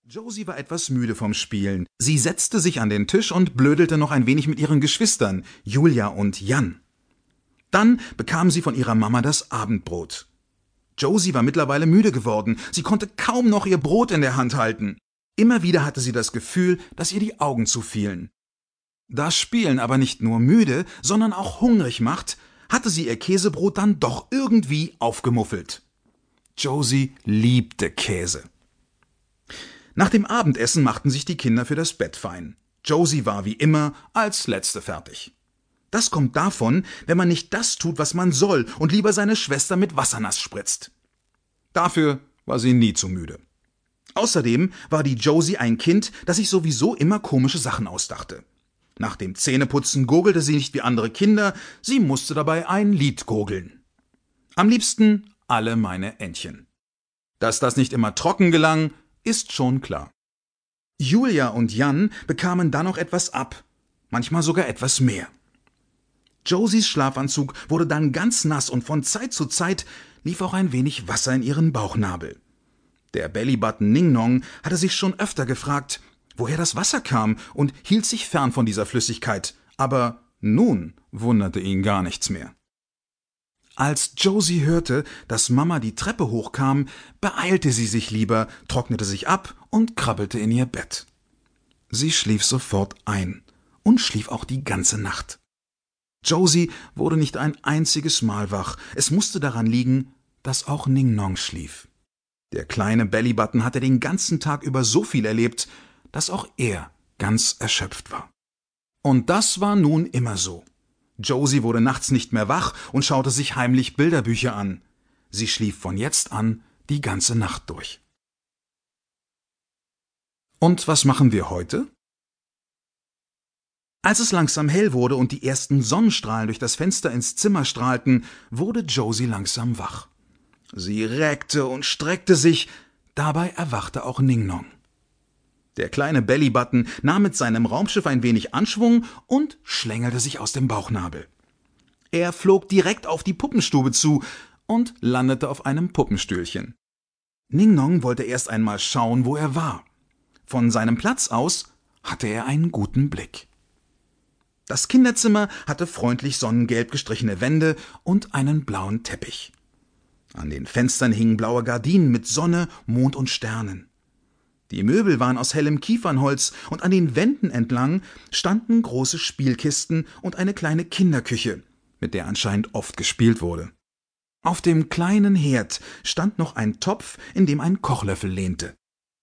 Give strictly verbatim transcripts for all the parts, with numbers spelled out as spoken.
Josie war etwas müde vom Spielen. Sie setzte sich an den Tisch und blödelte noch ein wenig mit ihren Geschwistern, Julia und Jan. Dann bekam sie von ihrer Mama das Abendbrot. Josie war mittlerweile müde geworden. Sie konnte kaum noch ihr Brot in der Hand halten. Immer wieder hatte sie das Gefühl, dass ihr die Augen zufielen. Da Spielen aber nicht nur müde, sondern auch hungrig macht, hatte sie ihr Käsebrot dann doch irgendwie aufgemuffelt. Josie liebte Käse. Nach dem Abendessen machten sich die Kinder für das Bett fein. Josie war wie immer als Letzte fertig. Das kommt davon, wenn man nicht das tut, was man soll und lieber seine Schwester mit Wasser nass spritzt. Dafür war sie nie zu müde. Außerdem war die Josie ein Kind, das sich sowieso immer komische Sachen ausdachte. Nach dem Zähneputzen gurgelte sie nicht wie andere Kinder, sie musste dabei ein Lied gurgeln. Am liebsten alle meine Entchen. Dass das nicht immer trocken gelang, ist schon klar. Julia und Jan bekamen dann noch etwas ab, manchmal sogar etwas mehr. Josies Schlafanzug wurde dann ganz nass und von Zeit zu Zeit lief auch ein wenig Wasser in ihren Bauchnabel. Der Bellybutton Ning Nong hatte sich schon öfter gefragt, woher das Wasser kam und hielt sich fern von dieser Flüssigkeit, aber nun wunderte ihn gar nichts mehr. Als Josie hörte, dass Mama die Treppe hochkam, beeilte sie sich lieber, trocknete sich ab und krabbelte in ihr Bett. Sie schlief sofort ein und schlief auch die ganze Nacht. Josie wurde nicht ein einziges Mal wach. Es musste daran liegen, dass auch Ning Nong schlief. Der kleine Bellybutton hatte den ganzen Tag über so viel erlebt, dass auch er ganz erschöpft war. Und das war nun immer so. Josie wurde nachts nicht mehr wach und schaute sich heimlich Bilderbücher an. Sie schlief von jetzt an die ganze Nacht durch. Und was machen wir heute? Als es langsam hell wurde und die ersten Sonnenstrahlen durch das Fenster ins Zimmer strahlten, wurde Josie langsam wach. Sie reckte und streckte sich, dabei erwachte auch Ning Nong. Der kleine Bellybutton nahm mit seinem Raumschiff ein wenig Anschwung und schlängelte sich aus dem Bauchnabel. Er flog direkt auf die Puppenstube zu und landete auf einem Puppenstühlchen. Ning Nong wollte erst einmal schauen, wo er war. Von seinem Platz aus hatte er einen guten Blick. Das Kinderzimmer hatte freundlich sonnengelb gestrichene Wände und einen blauen Teppich. An den Fenstern hingen blaue Gardinen mit Sonne, Mond und Sternen. Die Möbel waren aus hellem Kiefernholz und an den Wänden entlang standen große Spielkisten und eine kleine Kinderküche, mit der anscheinend oft gespielt wurde. Auf dem kleinen Herd stand noch ein Topf, in dem ein Kochlöffel lehnte.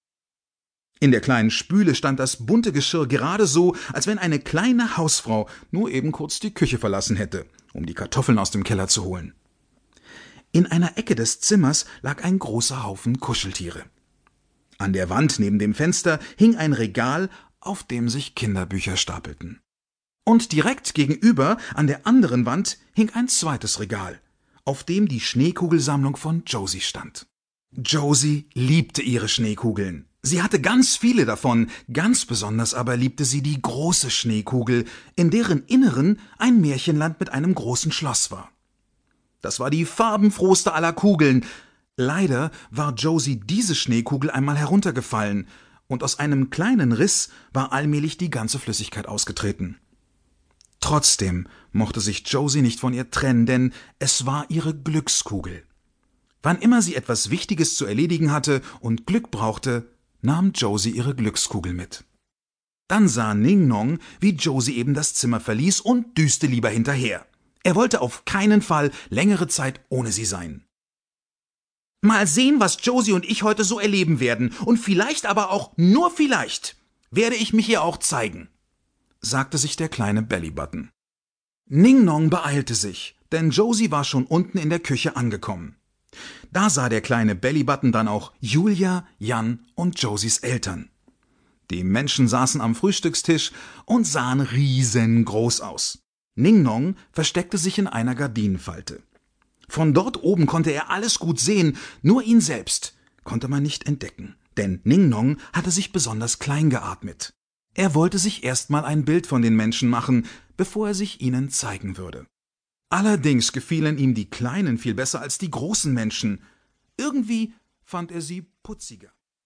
In der kleinen Spüle stand das bunte Geschirr gerade so, als wenn eine kleine Hausfrau nur eben kurz die Küche verlassen hätte, um die Kartoffeln aus dem Keller zu holen. In einer Ecke des Zimmers lag ein großer Haufen Kuscheltiere. An der Wand neben dem Fenster hing ein Regal, auf dem sich Kinderbücher stapelten. Und direkt gegenüber, an der anderen Wand, hing ein zweites Regal, auf dem die Schneekugelsammlung von Josie stand. Josie liebte ihre Schneekugeln. Sie hatte ganz viele davon, ganz besonders aber liebte sie die große Schneekugel, in deren Inneren ein Märchenland mit einem großen Schloss war. Das war die farbenfrohste aller Kugeln. Leider war Josie diese Schneekugel einmal heruntergefallen, und aus einem kleinen Riss war allmählich die ganze Flüssigkeit ausgetreten. Trotzdem mochte sich Josie nicht von ihr trennen, denn es war ihre Glückskugel. Wann immer sie etwas Wichtiges zu erledigen hatte und Glück brauchte, nahm Josie ihre Glückskugel mit. Dann sah Ning Nong, wie Josie eben das Zimmer verließ und düste lieber hinterher. Er wollte auf keinen Fall längere Zeit ohne sie sein. Mal sehen, was Josie und ich heute so erleben werden, und vielleicht aber auch nur vielleicht werde ich mich ihr auch zeigen, sagte sich der kleine Bellybutton. Ning Nong beeilte sich, denn Josie war schon unten in der Küche angekommen. Da sah der kleine Bellybutton dann auch Julia, Jan und Josies Eltern. Die Menschen saßen am Frühstückstisch und sahen riesengroß aus. Ning Nong versteckte sich in einer Gardinenfalte. Von dort oben konnte er alles gut sehen, nur ihn selbst konnte man nicht entdecken, denn Ning Nong hatte sich besonders klein geatmet. Er wollte sich erst mal ein Bild von den Menschen machen, bevor er sich ihnen zeigen würde. Allerdings gefielen ihm die Kleinen viel besser als die großen Menschen. Irgendwie fand er sie putziger.